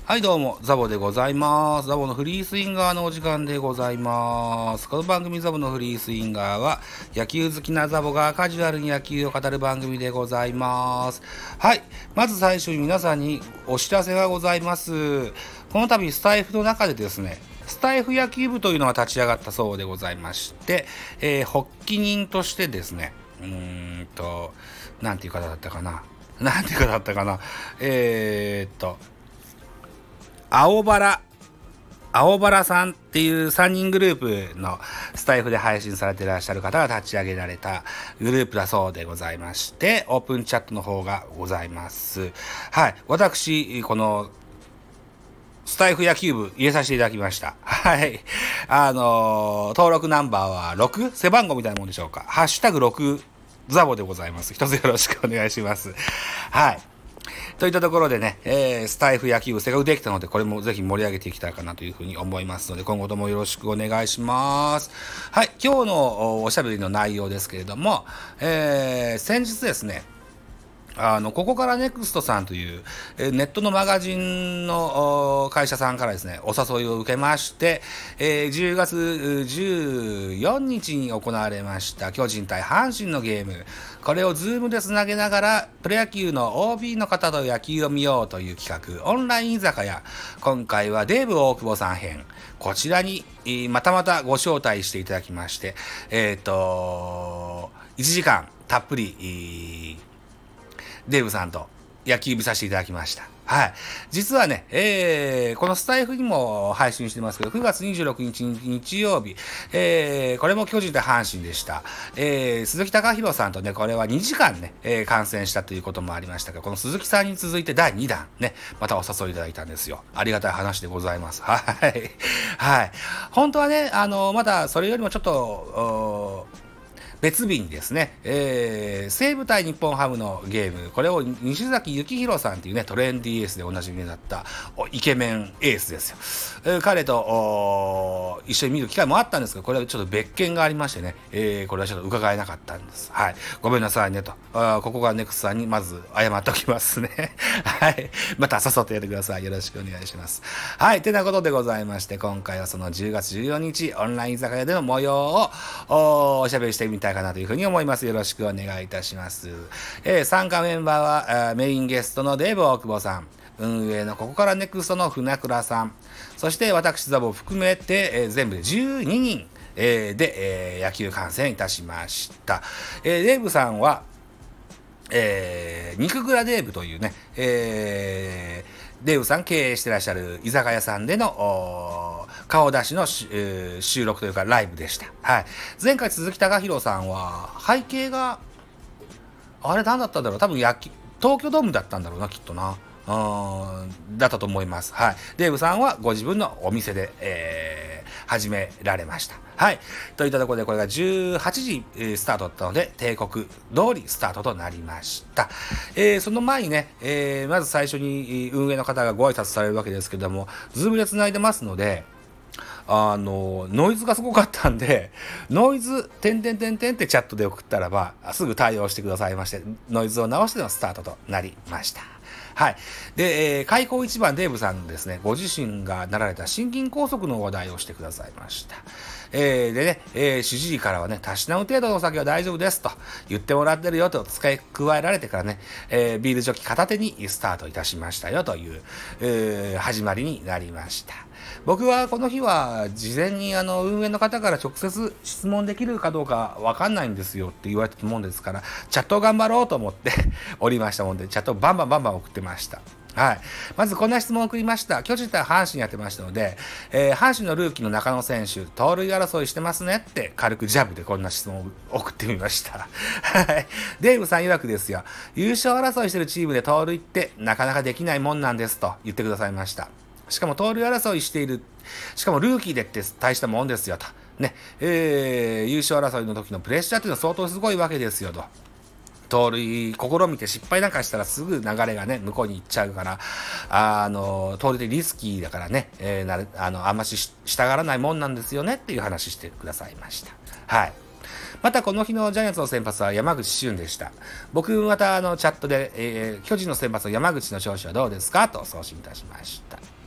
はいどうも、ザボでございます。ザボのフリースインガーのお時間でございます。この番組ザボのフリースインガーは、野球好きなザボがカジュアルに野球を語る番組でございます。はい、まず最初に皆さんにお知らせがございます。この度スタイフの中でですね、スタイフ野球部というのが立ち上がったそうでございまして、発起人としてですね、なんていう方だったかな。青バラさんっていう3人グループのスタイフで配信されていらっしゃる方が立ち上げられたグループだそうでございまして、オープンチャットの方がございます。はい。私、このスタイフ野球部入れさせていただきました。はい。登録ナンバーは6、背番号みたいなもんでしょうか。ハッシュタグ6ザボでございます。一つよろしくお願いします。はい。といったところでね、スタイフ野球部せっかくできたので、これもぜひ盛り上げていきたいかなというふうに思いますので、今後ともよろしくお願いします。はい、今日のおしゃべりの内容ですけれども、先日ですね、ここからネクストさんという、ネットのマガジンの会社さんからですね、お誘いを受けまして、10月14日に行われました巨人対阪神のゲーム、これをズームでつなげながらプロ野球の OB の方と野球を見ようという企画、オンライン居酒屋、今回はデーブ大久保さん編、こちらにまたまたご招待していただきまして、1時間たっぷりデーブさんと野球見させていただきました。はい。実はね、このスタイフにも配信してますけど、9月26日日曜日、これも巨人対阪神でした。鈴木貴弘さんとね、これは2時間ね、観戦したということもありましたが、この鈴木さんに続いて第2弾ね、またお誘いいただいたんですよ。ありがたい話でございます。はい。はい。本当はね、まだそれよりもちょっと、別日にですね、西武対日本ハムのゲーム、これを西崎幸宏さんというね、トレンディエースでおなじみになったイケメンエースですよ。彼と一緒に見る機会もあったんですが、これはちょっと別件がありましてね、これはちょっと伺えなかったんです。はい。ごめんなさいねと。ここがネクスさんにまず謝っておきますね。はい。また誘ってやってください。よろしくお願いします。はい。てなことでございまして、今回はその10月14日、オンライン居酒屋での模様をおしゃべりしてみたいかなというふうに思います。よろしくお願いいたします。参加メンバーはメインゲストのデーブ大久保さん、運営のここからネクストの船倉さん、そして私ザボを含めて、全部で12人、で、野球観戦いたしました。デーブさんは、肉蔵デーブというね、デーブさん経営してらっしゃる居酒屋さんでの顔出しの収録というかライブでした。はい。前回鈴木貴弘さんは背景があれ何だったんだろう。多分東京ドームだったんだろうな、きっとな。だったと思います。はい。デーブさんはご自分のお店で、始められました。はい。といったところでこれが18時スタートだったので、帝国通りスタートとなりました。その前にね、まず最初に運営の方がご挨拶されるわけですけども、ズームで繋いでますので、ノイズがすごかったんで、ノイズ、てんてんてんてんってチャットで送ったらば、すぐ対応してくださいまして、ノイズを直してのスタートとなりました。はい。で、開口一番デーブさんですね、ご自身がなられた心筋梗塞の話題をしてくださいました。でね、主治医からはね、たしなむ程度のお酒は大丈夫ですと言ってもらってるよと付け加えられてからね、ビールジョッキ片手にスタートいたしましたよという、始まりになりました。僕はこの日は事前に運営の方から直接質問できるかどうかわかんないんですよって言われてたもんですから、チャットを頑張ろうと思っておりましたもんで、チャットをバンバン送ってました。はい。まずこんな質問を送りました。巨人対阪神やってましたので、阪神のルーキーの中野選手、盗塁争いしてますねって軽くジャブでこんな質問を送ってみました。はい。デーブさん曰くですよ、優勝争いしてるチームで盗塁ってなかなかできないもんなんですと言ってくださいました。しかも盗塁争いしている、しかもルーキーでって大したもんですよと。ね、優勝争いの時のプレッシャーっていうのは相当すごいわけですよと。盗塁試みて失敗なんかしたらすぐ流れがね向こうに行っちゃうから、盗塁でリスキーだからね、あんまし従らないもんなんですよねっていう話してくださいました。はい。またこの日のジャイアンツの先発は山口俊でした。僕またチャットで、巨人の先発の山口の調子はどうですかと送信いたしました。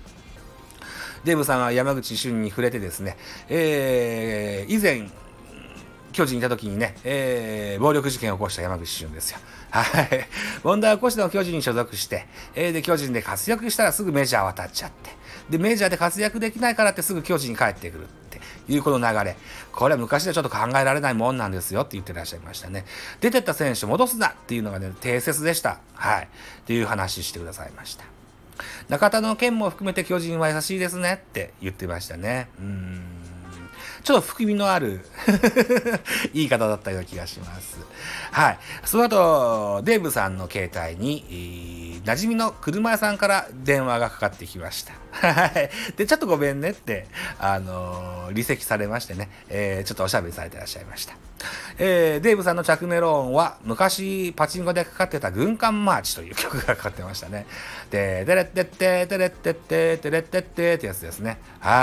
デーブさんは山口俊に触れてですね、以前巨人にいた時にね、暴力事件を起こした山口俊ですよ。はい。問題を起こしての巨人に所属して、で、巨人で活躍したらすぐメジャー渡っちゃって、で、メジャーで活躍できないからってすぐ巨人に帰ってくるっていうこの流れ。これは昔ではちょっと考えられないもんなんですよって言ってらっしゃいましたね。出てった選手戻すなっていうのがね、定説でした。はい。っていう話してくださいました。中田の件も含めて巨人は優しいですねって言ってましたね。ちょっと含みのある言い方だったような気がします。はい。その後、デーブさんの携帯に、馴染みの車屋さんから電話がかかってきました。はい。で、ちょっとごめんねって、離席されましてね、ちょっとおしゃべりされてらっしゃいました。デーブさんの着メロ音は、昔パチンコでかかってた軍艦マーチという曲がかかってましたね。で、テレッテッテ、テレッテッテ、テレッテッテってやつですね。はい。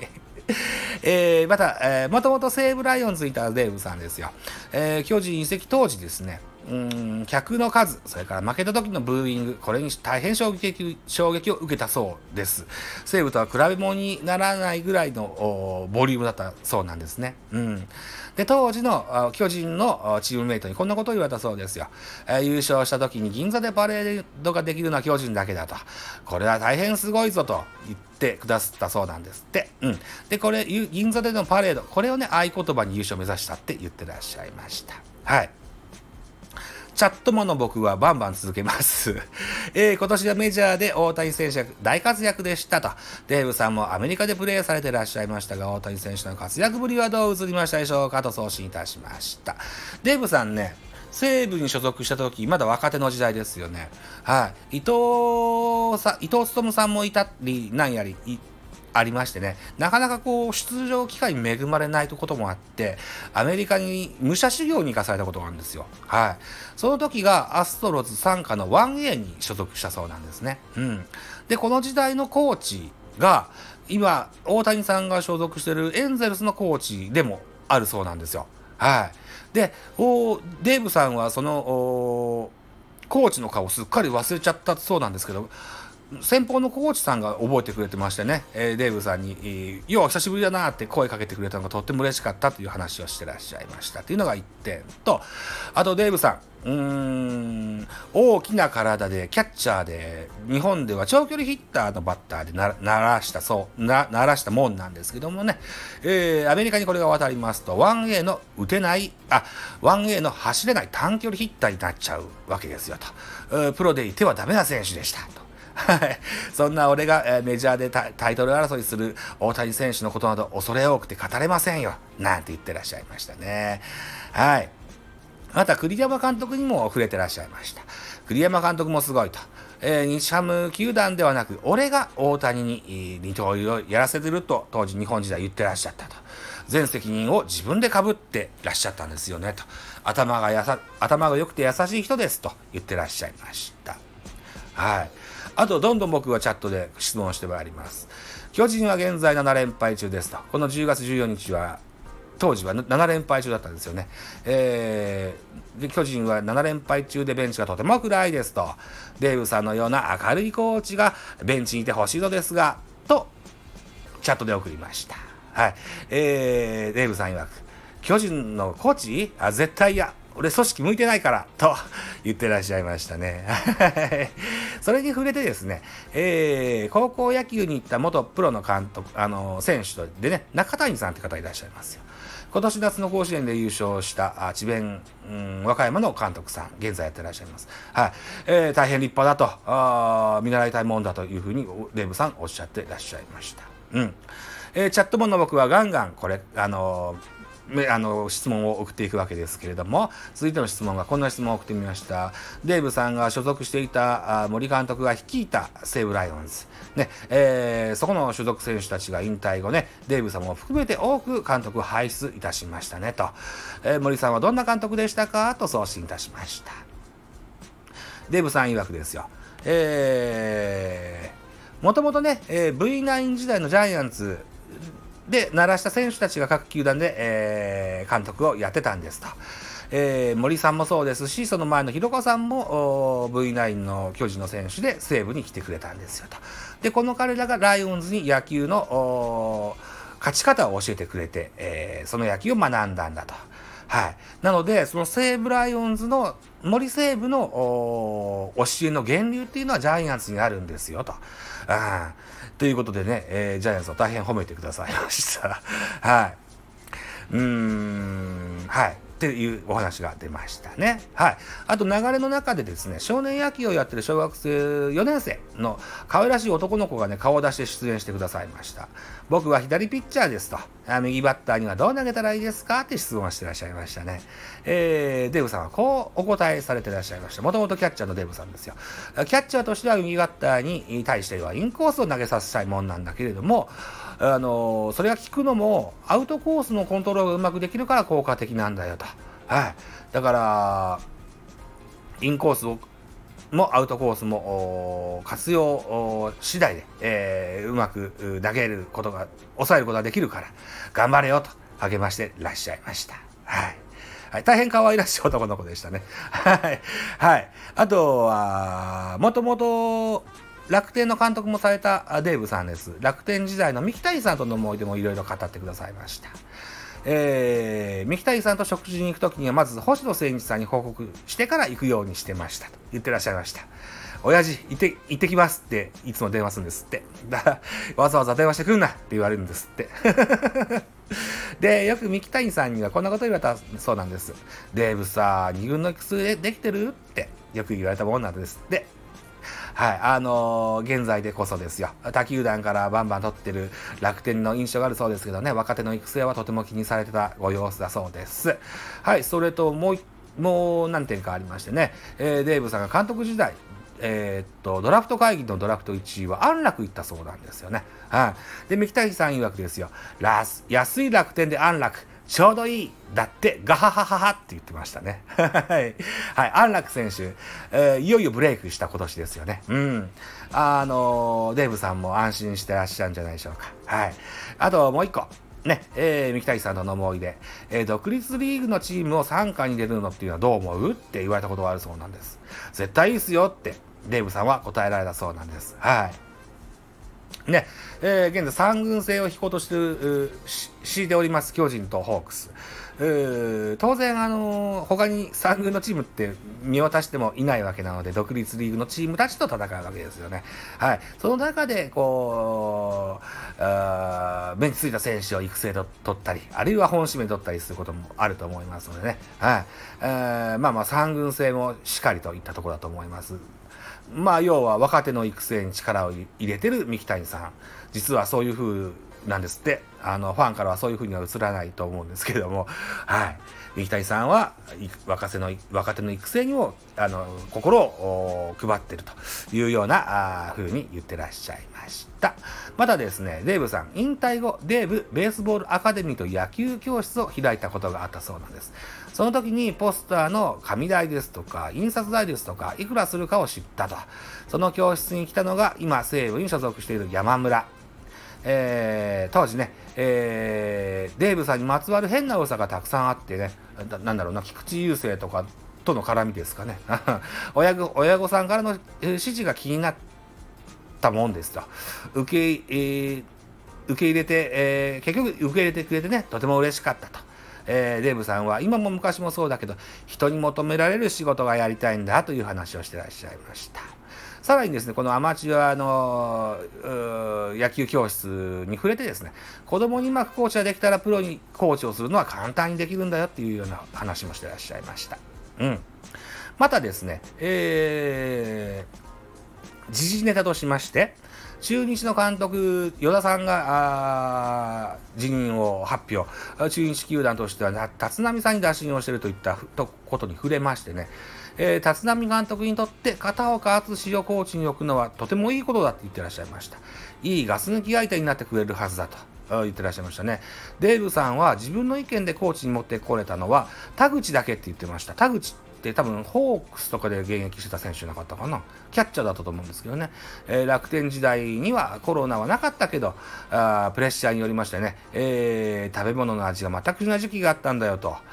また、もともと西武ライオンズにいたデーブさんですよ。巨人移籍当時ですね、客の数、それから負けた時のブーイング、これに大変衝撃を受けたそうです。西武とは比べ物にならないぐらいのボリュームだったそうなんですね。で、当時の巨人のチームメイトにこんなことを言われたそうですよ。優勝した時に銀座でパレードができるのは巨人だけだと。これは大変すごいぞと言ってくださったそうなんですって。で、これ、銀座でのパレード、これをね、合言葉に優勝を目指したって言ってらっしゃいました。はい。チャットもの僕はバンバン続けます。今年はメジャーで大谷選手が大活躍でしたと。デーブさんもアメリカでプレーされていらっしゃいましたが、大谷選手の活躍ぶりはどう映りましたでしょうかと送信いたしました。デーブさんね、西武に所属した時、まだ若手の時代ですよね。はい。伊藤勉さんもいたり、なんやり、ありましてね、なかなかこう出場機会に恵まれないこともあって、アメリカに武者修行に行かされたことがあるんですよ。はい。その時がアストロズ傘下の 1A に所属したそうなんですね。で、この時代のコーチが、今、大谷さんが所属しているエンゼルスのコーチでもあるそうなんですよ。はい。で、デーブさんはその、コーチの顔をすっかり忘れちゃったそうなんですけど、先方のコーチさんが覚えてくれてましてね、デーブさんに、よう久しぶりだなって声かけてくれたのがとっても嬉しかったという話をしてらっしゃいましたっていうのが1点と、あとデーブさん、大きな体でキャッチャーで、日本では長距離ヒッターのバッターで鳴らしたもんなんですけどもね、アメリカにこれが渡りますと、1A の1A の走れない短距離ヒッターになっちゃうわけですよと。プロでいてはダメな選手でしたと。はい。そんな俺がメジャーでタイトル争いする大谷選手のことなど恐れ多くて語れませんよ。なんて言ってらっしゃいましたね。はい。また栗山監督にも触れてらっしゃいました。栗山監督もすごいと。日ハム球団ではなく、俺が大谷に二刀流をやらせてると当時日本時代言ってらっしゃったと。全責任を自分で被ってらっしゃったんですよねと。頭が良くて優しい人ですと言ってらっしゃいました。はい。あと、どんどん僕はチャットで質問してまいります。巨人は現在7連敗中ですと。この10月14日は、当時は7連敗中だったんですよね。で巨人は7連敗中でベンチがとても暗いですと。デーブさんのような明るいコーチがベンチにいてほしいのですが、と、チャットで送りました。はい。デーブさん曰く、巨人のコーチ絶対嫌。俺組織向いてないからと言ってらっしゃいましたね。それに触れてですね、高校野球に行った元プロの監督、選手でね、中谷さんって方いらっしゃいますよ。今年夏の甲子園で優勝した智弁、和歌山の監督さん、現在やってらっしゃいます。はい。大変立派だと、見習いたいもんだというふうにデーブさんおっしゃっていらっしゃいました。チャット本の僕はガンガンこれ、質問を送っていくわけですけれども、続いての質問がこんな質問を送ってみました。デーブさんが所属していた森監督が率いた西武ライオンズ、ね、そこの所属選手たちが引退後ね、デーブさんも含めて多く監督を輩出いたしましたねと、森さんはどんな監督でしたかと送信いたしました。デーブさん曰くですよ、もともとね、V9 時代のジャイアンツで鳴らした選手たちが各球団で、監督をやってたんですと。 森さんもそうですし、その前の広岡さんも V9 の巨人の選手で西武に来てくれたんですよと。で、この彼らがライオンズに野球の勝ち方を教えてくれて、その野球を学んだんだと。はい。なので、その西武ライオンズの森西武の教えの源流っていうのはジャイアンツにあるんですよと。ということでね、ジャイアンツを大変褒めてくださいました。はい。はい。っていうお話が出ましたね。はい。あと流れの中でですね、少年野球をやってる小学生4年生の可愛らしい男の子がね、顔を出して出演してくださいました。僕は左ピッチャーですと。右バッターにはどう投げたらいいですかって質問してらっしゃいましたね。デーブさんはこうお答えされてらっしゃいました。もともとキャッチャーのデーブさんですよ。キャッチャーとしては右バッターに対してはインコースを投げさせたいもんなんだけれども、それが効くのもアウトコースのコントロールがうまくできるから効果的なんだよと。はい。だから、インコースもアウトコースも活用次第で、うまく投げることが、抑えることができるから、頑張れよと励ましてらっしゃいました。はい。はい、大変可愛らしい男の子でしたね。はい。はい。あとは、もともと、楽天の監督もされたデーブさんです。楽天時代の三木谷さんとの思い出もいろいろ語ってくださいました。三木谷さんと食事に行くときにはまず星野誠一さんに報告してから行くようにしてましたと言ってらっしゃいました。親父行ってきますっていつも電話するんですって。だからわざわざ電話してくんなって言われるんですって。で、よく三木谷さんにはこんなこと言われたそうなんです。デーブさ、2軍の育成できてるってよく言われたもんなんですって。はい、現在でこそですよ。他球団からバンバン取ってる楽天の印象があるそうですけどね、若手の育成はとても気にされてたご様子だそうです。はい、それともう何点かありましてね、デーブさんが監督時代、ドラフト会議のドラフト1位は安楽行ったそうなんですよね。はい。で、三木谷さん曰くですよ、安い楽天で安楽。ちょうどいい。だって、ガハハハハって言ってましたね。はい。はい。安楽選手、いよいよブレイクした今年ですよね。うん。デーブさんも安心してらっしゃるんじゃないでしょうか。はい。あともう一個。ね、三木谷さんとの思い出、独立リーグのチームを傘下に出るのっていうのはどう思うって言われたことがあるそうなんです。絶対いいっすよって、デーブさんは答えられたそうなんです。はい。ね、現在3軍制を引こうと敷いております巨人とホークス。当然他に3軍のチームって見渡してもいないわけなので、独立リーグのチームたちと戦うわけですよね。はい。その中でこうベンチついた選手を育成で取ったり、あるいは本指名取ったりすることもあると思いますのでね。はい。3軍制もしっかりといったところだと思います。要は若手の育成に力を入れてる三木谷さん。実はそういう風なんですって。ファンからはそういう風には映らないと思うんですけれども、はい。三木谷さんは若手の育成にも心を配っているというような風に言ってらっしゃいました。またですね、デーブさん、引退後、デーブベースボールアカデミーと野球教室を開いたことがあったそうなんです。その時にポスターの紙代ですとか、印刷代ですとか、いくらするかを知ったと。その教室に来たのが、今、西武に所属している山村。当時ね、デーブさんにまつわる変な噂がたくさんあってね、菊池雄星とかとの絡みですかね。親御さんからの指示が気になったもんですと。受け入れて、結局受け入れてくれてね、とても嬉しかったと。デーブさんは今も昔もそうだけど、人に求められる仕事がやりたいんだという話をしてらっしゃいました。さらにですね、このアマチュアの野球教室に触れてですね、子供にうまくコーチができたらプロにコーチをするのは簡単にできるんだよっていうような話もしてらっしゃいました。うん。またですね、時事ネタとしまして、中日の監督、与田さんが辞任を発表。中日球団としては立浪さんに打診をしているといったことに触れましてね、立浪監督にとって片岡敦をコーチに置くのはとてもいいことだって言ってらっしゃいました。いいガス抜き相手になってくれるはずだと言ってらっしゃいましたね。デーブさんは自分の意見でコーチに持ってこれたのは田口だけって言ってました。田口って多分ホークスとかで現役してた選手なかったかな。キャッチャーだったと思うんですけどね。楽天時代にはコロナはなかったけど、プレッシャーによりましてね、食べ物の味が全くしない時期があったんだよと。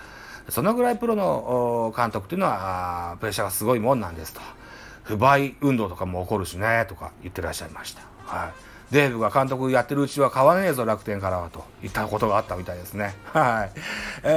そのぐらいプロの監督っていうのはプレッシャーがすごいもんなんですと。不買運動とかも起こるしねとか言ってらっしゃいました。はい。デーブが監督やってるうちは買わねえぞ楽天からはと言ったことがあったみたいですね。はい。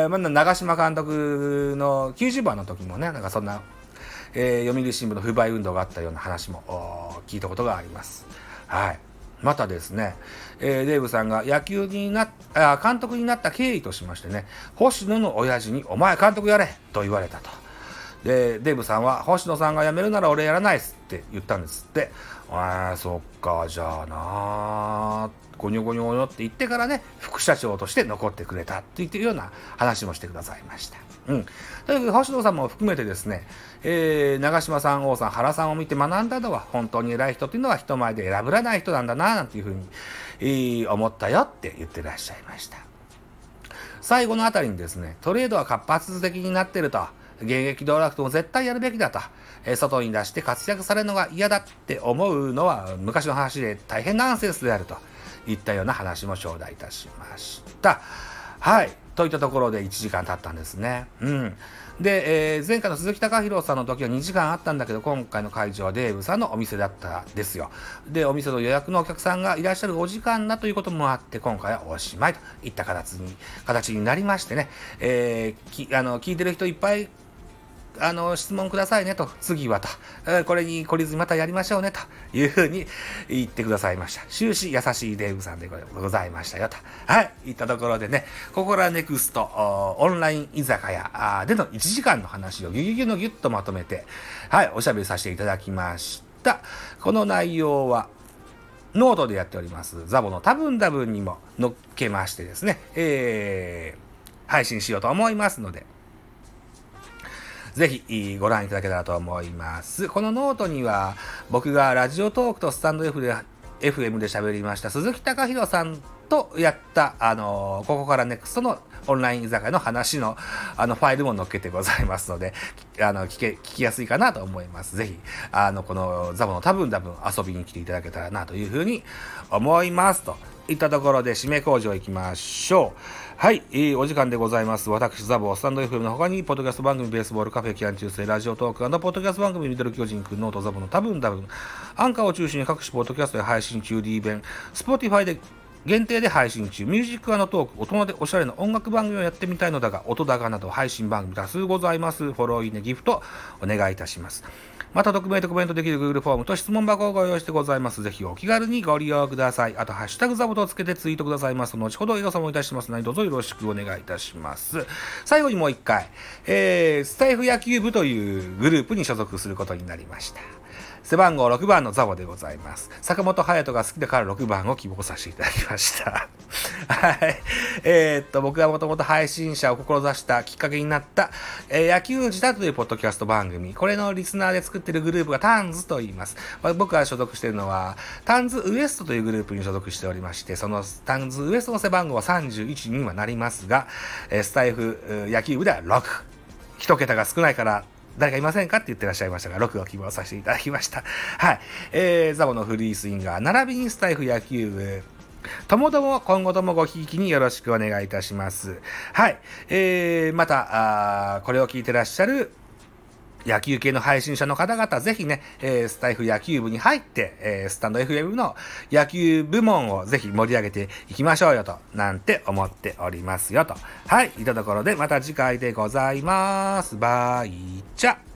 まだ長嶋監督の90番の時もね、なんかそんな、読売新聞の不買運動があったような話も聞いたことがあります。はい。またですね、デーブさんが監督になった経緯としましてね、星野の親父にお前監督やれと言われたと。でデーブさんは星野さんが辞めるなら俺やらないっすって言ったんですって。そっかじゃあなゴニョゴニョゴニョって言ってからね副社長として残ってくれたっていうような話もしてくださいました。というわけで星野さんも含めてですね、長嶋さん王さん原さんを見て学んだのは本当に偉い人っていうのは人前で選ぶらない人なんだななんていうふうに、思ったよって言ってらっしゃいました。最後のあたりにですねトレードは活発的になってると。現役ドラフトも絶対やるべきだと、外に出して活躍されるのが嫌だって思うのは昔の話で大変ナンセンスであるといったような話も頂戴いたしました。はい。といったところで1時間経ったんですね。で、前回の鈴木貴弘さんの時は2時間あったんだけど、今回の会場はデーブさんのお店だったんですよ。で、お店の予約のお客さんがいらっしゃるお時間だということもあって、今回はおしまいといった形になりましてね、聞いてる人いっぱい質問くださいねと、次はと、これに懲りずにまたやりましょうねというふうに言ってくださいました。終始優しいデーブさんでございましたよと。はい、いったところでね、ここらネクストオンライン居酒屋での1時間の話をギュッとまとめて、はい、おしゃべりさせていただきました。この内容は、ノートでやっております、ザボの多分にも載っけましてですね、配信しようと思いますので、ぜひご覧いただけたらと思います。このノートには僕がラジオトークとスタンド FM で喋りました鈴木貴弘さんとやったここからネクストのオンライン居酒屋の話のファイルも載っけてございますので聞きやすいかなと思います。ぜひこのザボの多分遊びに来ていただけたらなというふうに思いますといったところで締め工場行きましょう。はい、お時間でございます。私ザボスタンド FM の他にポッドキャスト番組ベースボールカフェキャン中世ラジオトーク&ポッドキャスト番組ミドル巨人くんノートザボの多分アンカーを中心に各種ポッドキャストで配信中 D 弁 Spotify で限定で配信中ミュージック&トーク大人でおしゃれな音楽番組をやってみたいのだが音高など配信番組多数ございます。フォローいいねギフトお願いいたします。また匿名でコメントできる Google フォームと質問箱をご用意してございます。ぜひお気軽にご利用ください。あとハッシュタグザボとをつけてツイートくださいます。後ほど予想もいたしますのでどうぞよろしくお願いいたします。最後にもう一回、スタイフ野球部というグループに所属することになりました。背番号6番のザボでございます。坂本勇人が好きだから6番を希望させていただきました。はい。僕がもともと配信者を志したきっかけになった、野球自体というポッドキャスト番組。これのリスナーで作っているグループがタンズと言います。僕が所属しているのは、タンズウエストというグループに所属しておりまして、そのタンズウエストの背番号は31にはなりますが、スタイフ野球部では6。一桁が少ないから、誰かいませんかって言ってらっしゃいましたが、6を希望させていただきました。はい。ザボのフリースインガー、並びにスタイフ野球部、ともども今後ともごひいきによろしくお願いいたします。はい。また、これを聞いてらっしゃる野球系の配信者の方々、ぜひね、スタイフ野球部に入って、スタンド FM の野球部門をぜひ盛り上げていきましょうよと、なんて思っておりますよと。はい。いたところでまた次回でございます。バイチャ。